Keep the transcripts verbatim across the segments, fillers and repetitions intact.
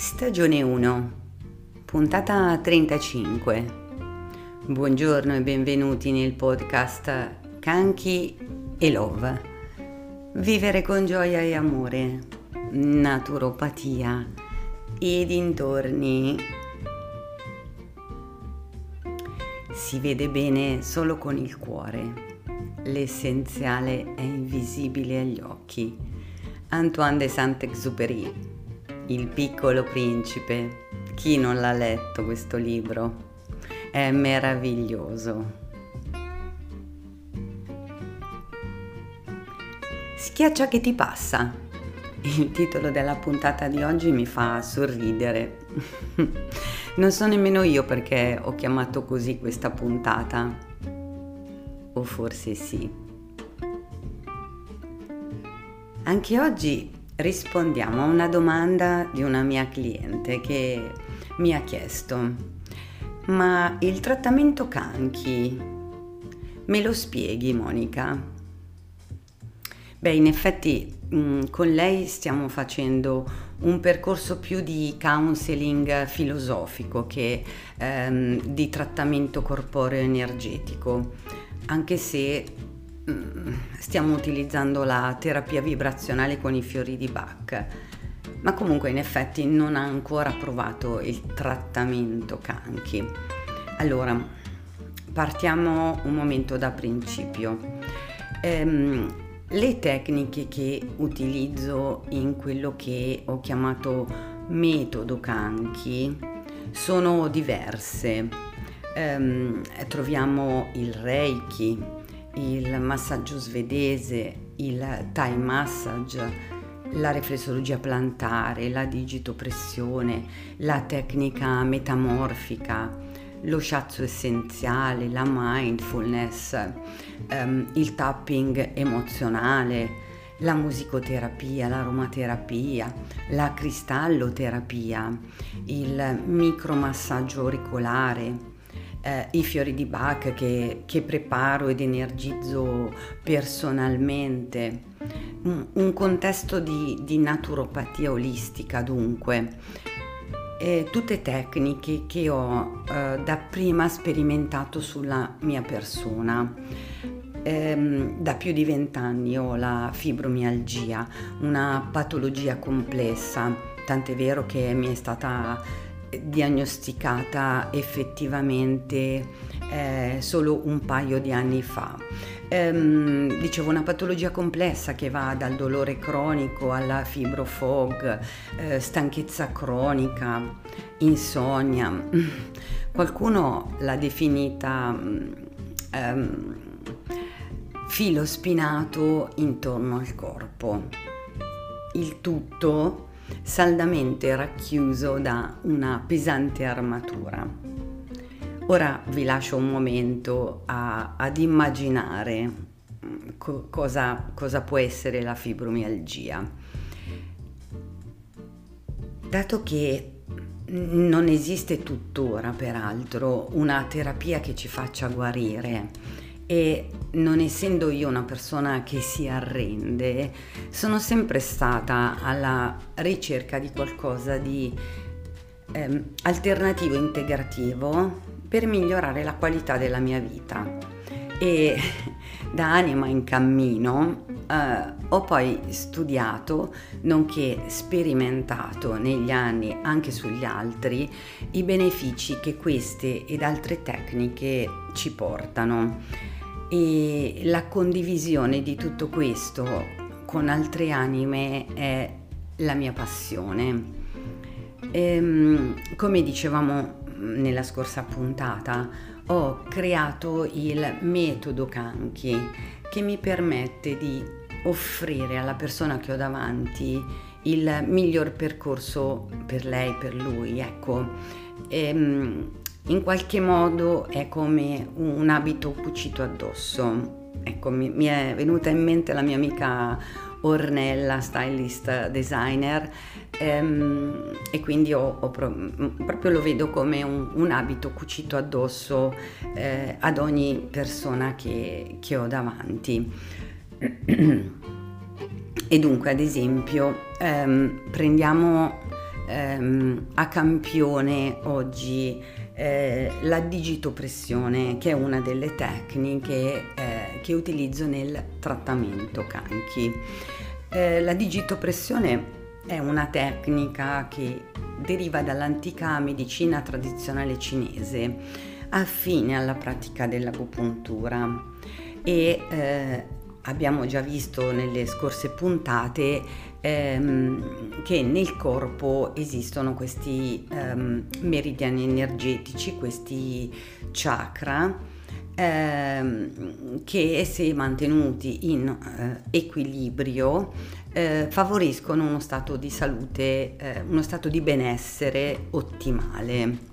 Stagione uno, puntata trentacinque. Buongiorno e benvenuti nel podcast Kanki e Love. Vivere con gioia e amore, naturopatia e dintorni. Si vede bene solo con il cuore. L'essenziale è invisibile agli occhi. Antoine de Saint-Exupéry. Il piccolo principe. Chi non l'ha letto questo libro? È meraviglioso. Schiaccia che ti passa. Il titolo della puntata di oggi mi fa sorridere. Non so nemmeno io perché ho chiamato così questa puntata. O forse sì. Anche oggi rispondiamo a una domanda di una mia cliente che mi ha chiesto: ma il trattamento Kanki me lo spieghi, Monica? Beh, in effetti mh, con lei stiamo facendo un percorso più di counseling filosofico che ehm, di trattamento corporeo energetico, anche se stiamo utilizzando la terapia vibrazionale con i fiori di Bach, ma comunque in effetti non ha ancora provato il trattamento Kanki. Allora, partiamo un momento da principio. Ehm, le tecniche che utilizzo in quello che ho chiamato metodo Kanki sono diverse. Ehm, troviamo il Reiki, il massaggio svedese, il Thai massage, la riflessologia plantare, la digitopressione, la tecnica metamorfica, lo shiatsu essenziale, la mindfulness, ehm, il tapping emozionale, la musicoterapia, l'aromaterapia, la cristalloterapia, il micromassaggio auricolare, Eh, i fiori di Bach che, che preparo ed energizzo personalmente, un, un contesto di, di naturopatia olistica dunque, e tutte tecniche che ho eh, dapprima sperimentato sulla mia persona. Ehm, da più di vent'anni ho la fibromialgia, una patologia complessa, tant'è vero che mi è stata diagnosticata effettivamente eh, solo un paio di anni fa. Ehm, dicevo, una patologia complessa che va dal dolore cronico alla fibrofog, eh, stanchezza cronica, insonnia. Qualcuno l'ha definita ehm, filo spinato intorno al corpo. Il tutto saldamente racchiuso da una pesante armatura. Ora vi lascio un momento a, ad immaginare co- cosa, cosa può essere la fibromialgia. Dato che non esiste tuttora, peraltro, una terapia che ci faccia guarire, e non essendo io una persona che si arrende, sono sempre stata alla ricerca di qualcosa di ehm, alternativo, integrativo, per migliorare la qualità della mia vita. E da anima in cammino eh, ho poi studiato, nonché sperimentato negli anni anche sugli altri, i benefici che queste ed altre tecniche ci portano. E la condivisione di tutto questo con altre anime è la mia passione. Ehm, come dicevamo nella scorsa puntata, ho creato il metodo Kanki che mi permette di offrire alla persona che ho davanti il miglior percorso per lei, per lui, ecco. Ehm, in qualche modo è come un abito cucito addosso. Ecco, mi, mi è venuta in mente la mia amica Ornella, stylist designer, ehm, e quindi ho, ho pro, proprio lo vedo come un, un abito cucito addosso eh, ad ogni persona che, che ho davanti. E dunque, ad esempio, ehm, prendiamo ehm, a campione oggi eh, la digitopressione, che è una delle tecniche eh, che utilizzo nel trattamento canchi. Eh, la digitopressione è una tecnica che deriva dall'antica medicina tradizionale cinese, affine alla pratica dell'agopuntura, e eh, abbiamo già visto nelle scorse puntate ehm, che nel corpo esistono questi ehm, meridiani energetici, questi chakra, ehm, che, se mantenuti in eh, equilibrio, eh, favoriscono uno stato di salute, eh, uno stato di benessere ottimale.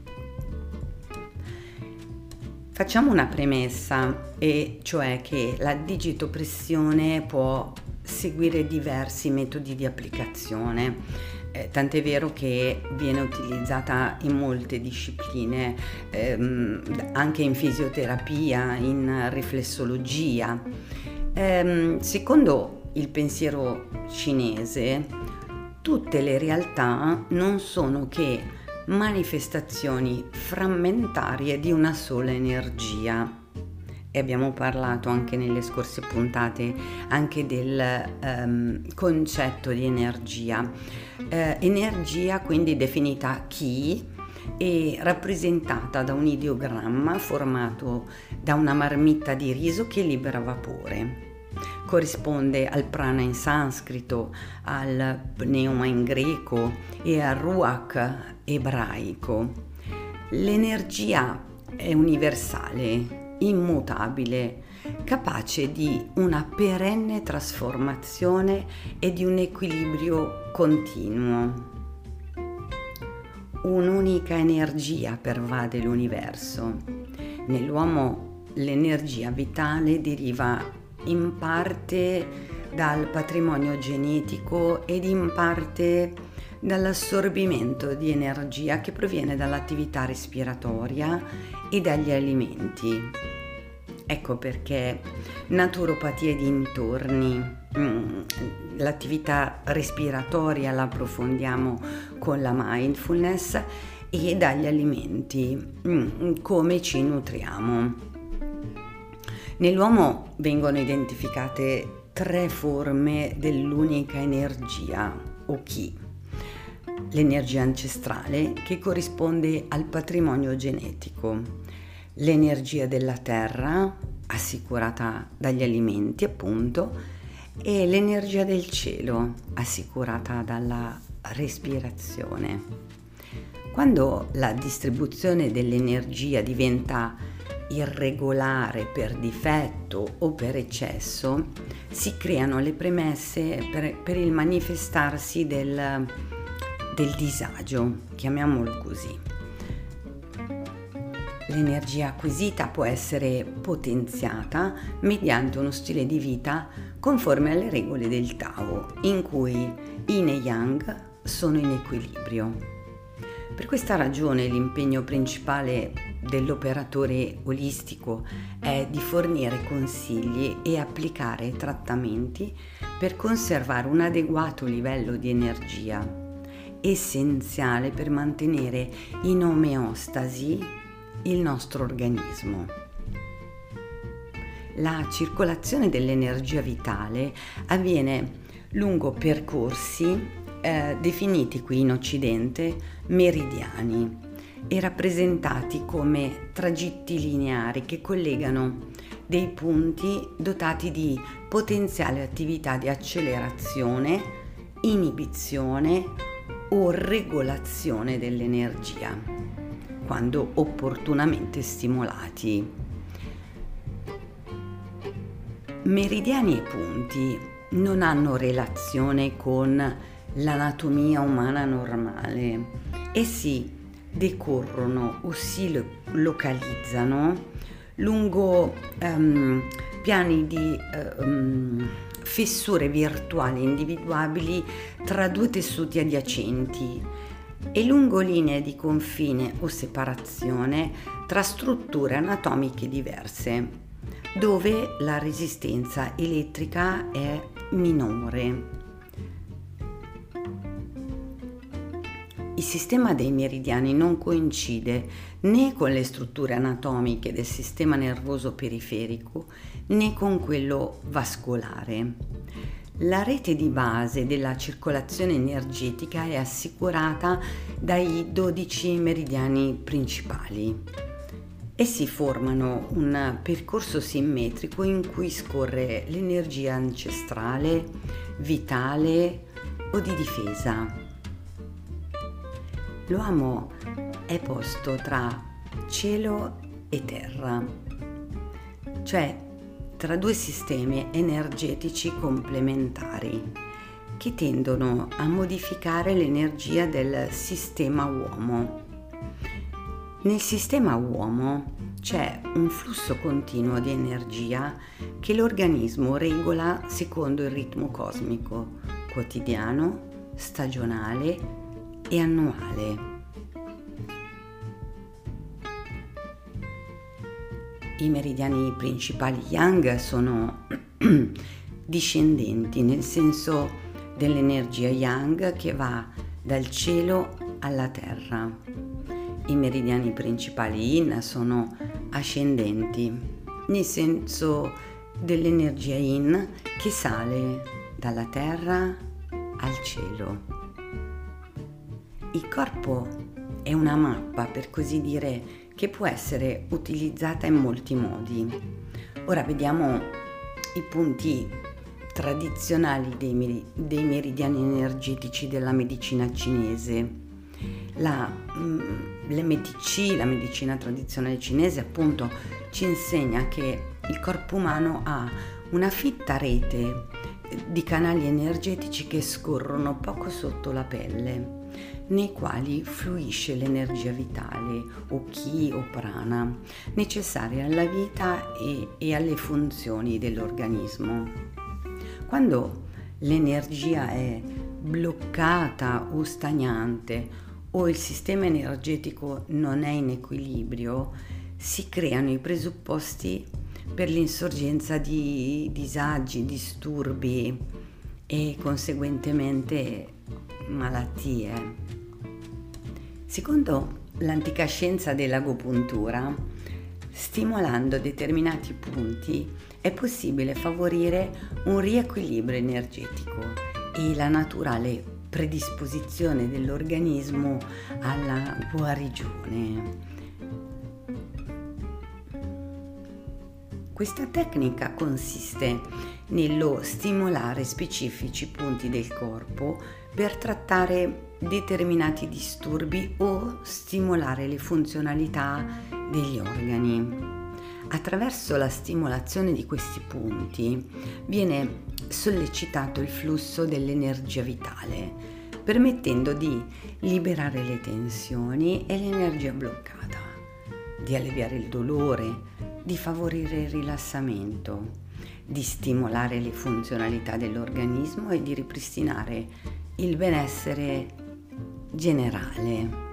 Facciamo una premessa, e cioè che la digitopressione può seguire diversi metodi di applicazione, eh, tant'è vero che viene utilizzata in molte discipline, ehm, anche in fisioterapia, in riflessologia. Ehm, secondo il pensiero cinese, tutte le realtà non sono che manifestazioni frammentarie di una sola energia, e abbiamo parlato anche nelle scorse puntate anche del um, concetto di energia. Eh, energia quindi definita Qi e rappresentata da un ideogramma formato da una marmitta di riso che libera vapore. Corrisponde al prana in sanscrito, al pneuma in greco e al ruach ebraico. L'energia è universale, immutabile, capace di una perenne trasformazione e di un equilibrio continuo. Un'unica energia pervade l'universo. Nell'uomo l'energia vitale deriva in parte dal patrimonio genetico ed in parte dall'assorbimento di energia che proviene dall'attività respiratoria e dagli alimenti. Ecco perché naturopatia e dintorni, l'attività respiratoria la approfondiamo con la mindfulness, e dagli alimenti, come ci nutriamo. Nell'uomo vengono identificate tre forme dell'unica energia, o Qi. L'energia ancestrale, che corrisponde al patrimonio genetico, l'energia della terra, assicurata dagli alimenti appunto, e l'energia del cielo, assicurata dalla respirazione. Quando la distribuzione dell'energia diventa irregolare per difetto o per eccesso, si creano le premesse per, per il manifestarsi del, del disagio, chiamiamolo così. L'energia acquisita può essere potenziata mediante uno stile di vita conforme alle regole del Tao, in cui Yin e Yang sono in equilibrio. Per questa ragione l'impegno principale dell'operatore olistico è di fornire consigli e applicare trattamenti per conservare un adeguato livello di energia, essenziale per mantenere in omeostasi il nostro organismo. La circolazione dell'energia vitale avviene lungo percorsi eh, definiti qui in Occidente meridiani e rappresentati come tragitti lineari che collegano dei punti dotati di potenziale attività di accelerazione, inibizione o regolazione dell'energia, quando opportunamente stimolati. Meridiani e punti non hanno relazione con l'anatomia umana normale. Essi decorrono o si localizzano lungo um, piani di um, fessure virtuali individuabili tra due tessuti adiacenti e lungo linee di confine o separazione tra strutture anatomiche diverse, dove la resistenza elettrica è minore. il sistema dei meridiani non coincide né con le strutture anatomiche del sistema nervoso periferico né con quello vascolare. La rete di base della circolazione energetica è assicurata dai dodici meridiani principali. Essi formano un percorso simmetrico in cui scorre l'energia ancestrale, vitale o di difesa. L'uomo è posto tra cielo e terra, cioè tra due sistemi energetici complementari che tendono a modificare l'energia del sistema uomo. Nel sistema uomo c'è un flusso continuo di energia che l'organismo regola secondo il ritmo cosmico, quotidiano, stagionale e annuale. I meridiani principali yang sono discendenti, nel senso dell'energia yang che va dal cielo alla terra. I meridiani principali yin sono ascendenti, nel senso dell'energia yin che sale dalla terra al cielo. Il corpo è una mappa, per così dire, che può essere utilizzata in molti modi. Ora vediamo i punti tradizionali dei, meri- dei meridiani energetici della medicina cinese. La, l'M T C, la medicina tradizionale cinese, appunto, ci insegna che il corpo umano ha una fitta rete di canali energetici che scorrono poco sotto la pelle, nei quali fluisce l'energia vitale o chi o prana necessaria alla vita e, e alle funzioni dell'organismo. Quando l'energia è bloccata o stagnante o il sistema energetico non è in equilibrio, si creano i presupposti per l'insorgenza di disagi, disturbi e conseguentemente malattie. Secondo l'antica scienza dell'agopuntura, stimolando determinati punti è possibile favorire un riequilibrio energetico e la naturale predisposizione dell'organismo alla guarigione. Questa tecnica consiste nello stimolare specifici punti del corpo per trattare determinati disturbi o stimolare le funzionalità degli organi. Attraverso la stimolazione di questi punti viene sollecitato il flusso dell'energia vitale, permettendo di liberare le tensioni e l'energia bloccata, di alleviare il dolore, di favorire il rilassamento, di stimolare le funzionalità dell'organismo e di ripristinare il benessere generale.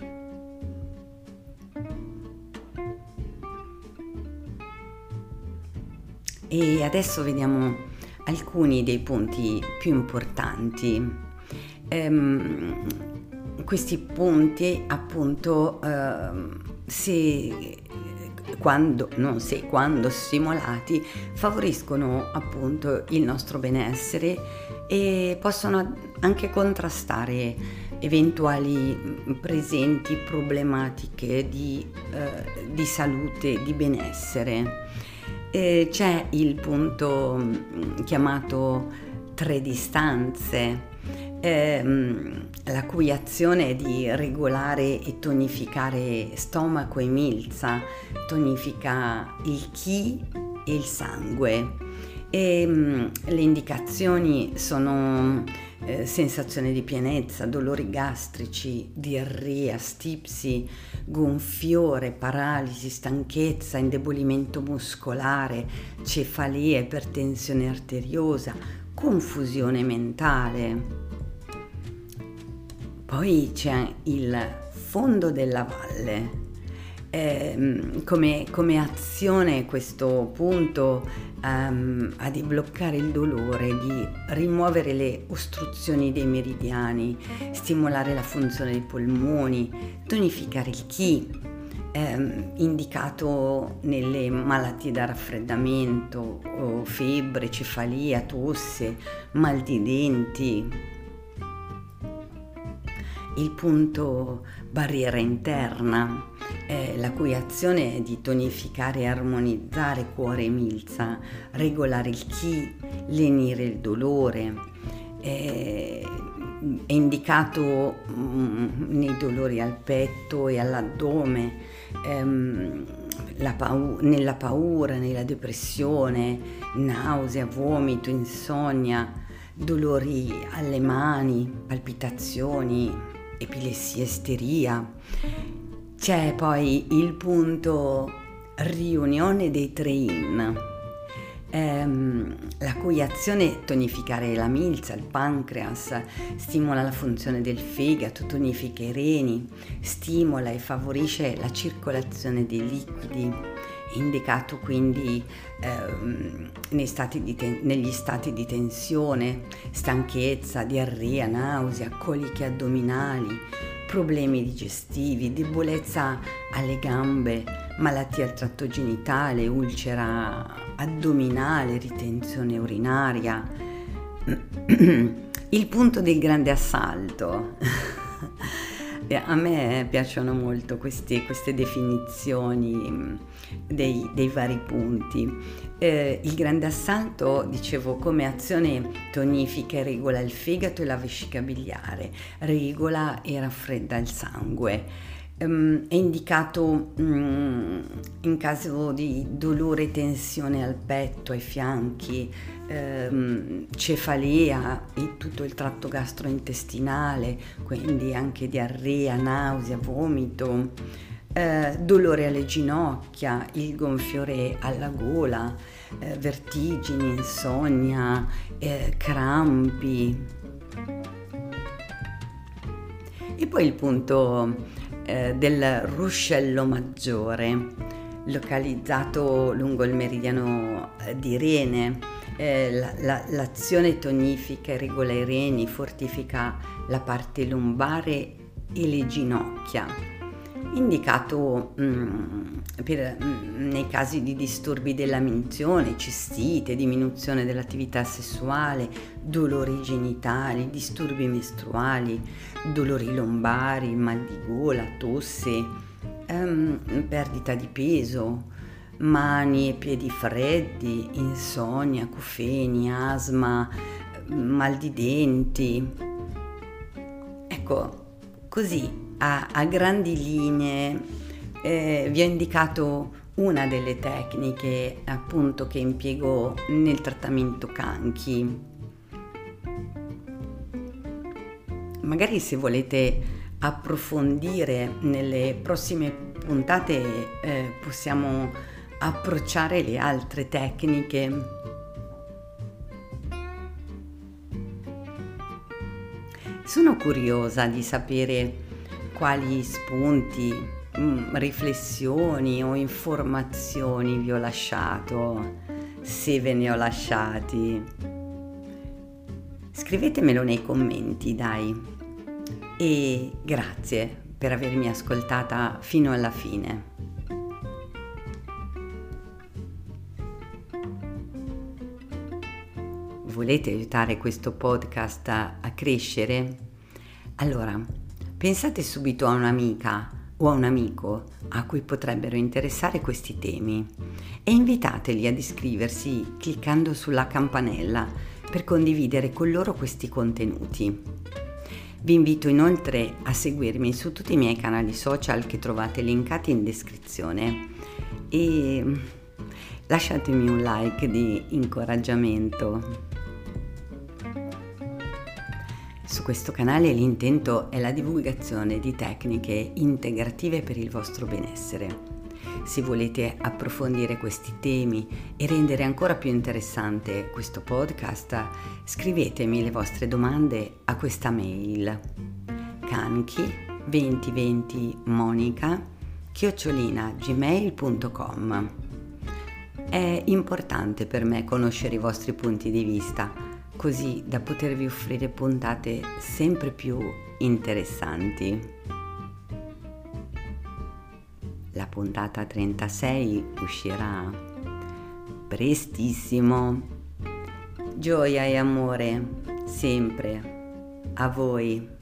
E adesso vediamo alcuni dei punti più importanti. Ehm, questi punti, appunto, ehm, se quando, non se, quando stimolati, favoriscono appunto il nostro benessere e possono anche contrastare eventuali presenti problematiche di, eh, di salute, di benessere. Eh, c'è il punto mh, chiamato tre distanze, ehm, la cui azione è di regolare e tonificare stomaco e milza, tonifica il chi e il sangue. E, mh, le indicazioni sono eh, sensazione di pienezza, dolori gastrici, diarrea, stipsi, gonfiore, paralisi, stanchezza, indebolimento muscolare, cefalea, ipertensione arteriosa, confusione mentale. Poi c'è il fondo della valle, Eh, come, come azione questo punto um, a debloccare il dolore, di rimuovere le ostruzioni dei meridiani, stimolare la funzione dei polmoni, tonificare il chi, ehm, indicato nelle malattie da raffreddamento, o febbre, cefalia, tosse, mal di denti. Il punto barriera interna, eh, la cui azione è di tonificare e armonizzare cuore e milza, regolare il chi, lenire il dolore. Eh, è indicato mm, nei dolori al petto e all'addome, ehm, la pau- nella paura, nella depressione, nausea, vomito, insonnia, dolori alle mani, palpitazioni, epilessia, isteria. C'è poi il punto riunione dei tre yin, ehm, la cui azione è tonificare la milza, il pancreas, stimola la funzione del fegato, tonifica i reni, stimola e favorisce la circolazione dei liquidi, indicato quindi ehm, nei stati di ten- negli stati di tensione, stanchezza, diarrea, nausea, coliche addominali, problemi digestivi, debolezza alle gambe, malattie al tratto genitale, ulcera addominale, ritenzione urinaria. Il punto del grande assalto. A me piacciono molto queste, queste definizioni dei, dei vari punti. Eh, il grande assalto, dicevo, come azione tonifica e regola il fegato e la vescica biliare, regola e raffredda il sangue. Um, è indicato um, in caso di dolore e tensione al petto, ai fianchi, um, cefalea e tutto il tratto gastrointestinale, quindi anche diarrea, nausea, vomito, uh, dolore alle ginocchia, il gonfiore alla gola, uh, vertigini, insonnia, uh, crampi. E poi il punto del ruscello maggiore, localizzato lungo il meridiano di Rene. Eh, la, la, l'azione tonifica e regola i reni, fortifica la parte lombare e le ginocchia, indicato mh, per, mh, nei casi di disturbi della minzione, cistite, diminuzione dell'attività sessuale, dolori genitali, disturbi mestruali, dolori lombari, mal di gola, tosse, ehm, perdita di peso, mani e piedi freddi, insonnia, acufeni, asma, mal di denti. Ecco, così a, a grandi linee eh, vi ho indicato una delle tecniche appunto che impiego nel trattamento canchi. Magari se volete approfondire nelle prossime puntate eh, possiamo approcciare le altre tecniche. Sono curiosa di sapere quali spunti, mh, riflessioni o informazioni vi ho lasciato, se ve ne ho lasciati. Scrivetemelo nei commenti, dai. E grazie per avermi ascoltata fino alla fine. Volete aiutare questo podcast a, a crescere? Allora, pensate subito a un'amica o a un amico a cui potrebbero interessare questi temi e invitateli ad iscriversi cliccando sulla campanella per condividere con loro questi contenuti. Vi invito inoltre a seguirmi su tutti i miei canali social che trovate linkati in descrizione e lasciatemi un like di incoraggiamento. Su questo canale l'intento è la divulgazione di tecniche integrative per il vostro benessere. Se volete approfondire questi temi e rendere ancora più interessante questo podcast, scrivetemi le vostre domande a questa mail canchi duemilaventi monica chiocciolina gmail punto com. È importante per me conoscere i vostri punti di vista, così da potervi offrire puntate sempre più interessanti. La puntata trentasei uscirà prestissimo. Gioia e amore sempre a voi.